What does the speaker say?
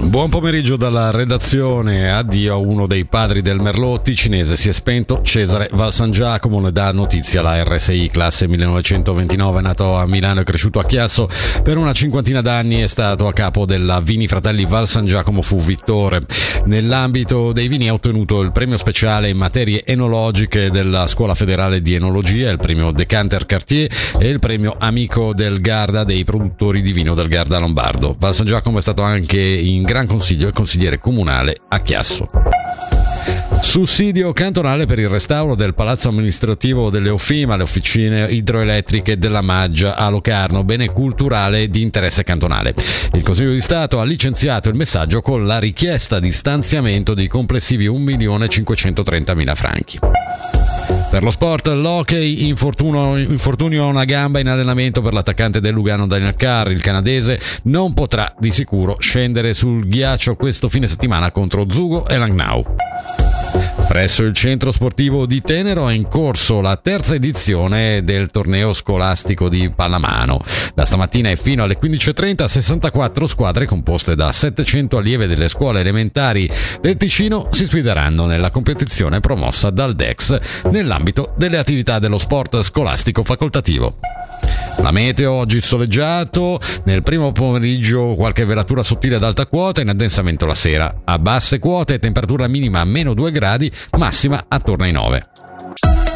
Buon pomeriggio dalla redazione. Addio a uno dei padri del Merlot ticinese, si è spento Cesare Valsangiacomo, ne dà notizia la RSI, classe 1929, nato a Milano e cresciuto a Chiasso. Per una cinquantina d'anni è stato a capo della Vini Fratelli Valsangiacomo, fu vittore. Nell'ambito dei vini ha ottenuto il premio speciale in materie enologiche della Scuola Federale di Enologia, il premio Decanter Cartier e il premio Amico del Garda dei produttori di vino del Garda Lombardo. Valsangiacomo è stato anche in Gran Consiglio e consigliere comunale a Chiasso. Sussidio cantonale per il restauro del palazzo amministrativo delle Ofima, le officine idroelettriche della Maggia a Locarno, bene culturale di interesse cantonale. Il Consiglio di Stato ha licenziato il messaggio con la richiesta di stanziamento di complessivi 1.530.000 franchi. Per lo sport, l'hockey, infortunio a una gamba in allenamento per l'attaccante del Lugano Daniel Carr. Il canadese non potrà di sicuro scendere sul ghiaccio questo fine settimana contro Zugo e Langnau. Presso il centro sportivo di Tenero è in corso la terza edizione del torneo scolastico di pallamano. Da stamattina e fino alle 15.30 64 squadre composte da 700 allieve delle scuole elementari del Ticino si sfideranno nella competizione promossa dal DEX nell'ambito delle attività dello sport scolastico facoltativo. La meteo oggi soleggiato, nel primo pomeriggio qualche velatura sottile ad alta quota, in addensamento la sera. A basse quote temperatura minima a -2 gradi, massima attorno ai 9.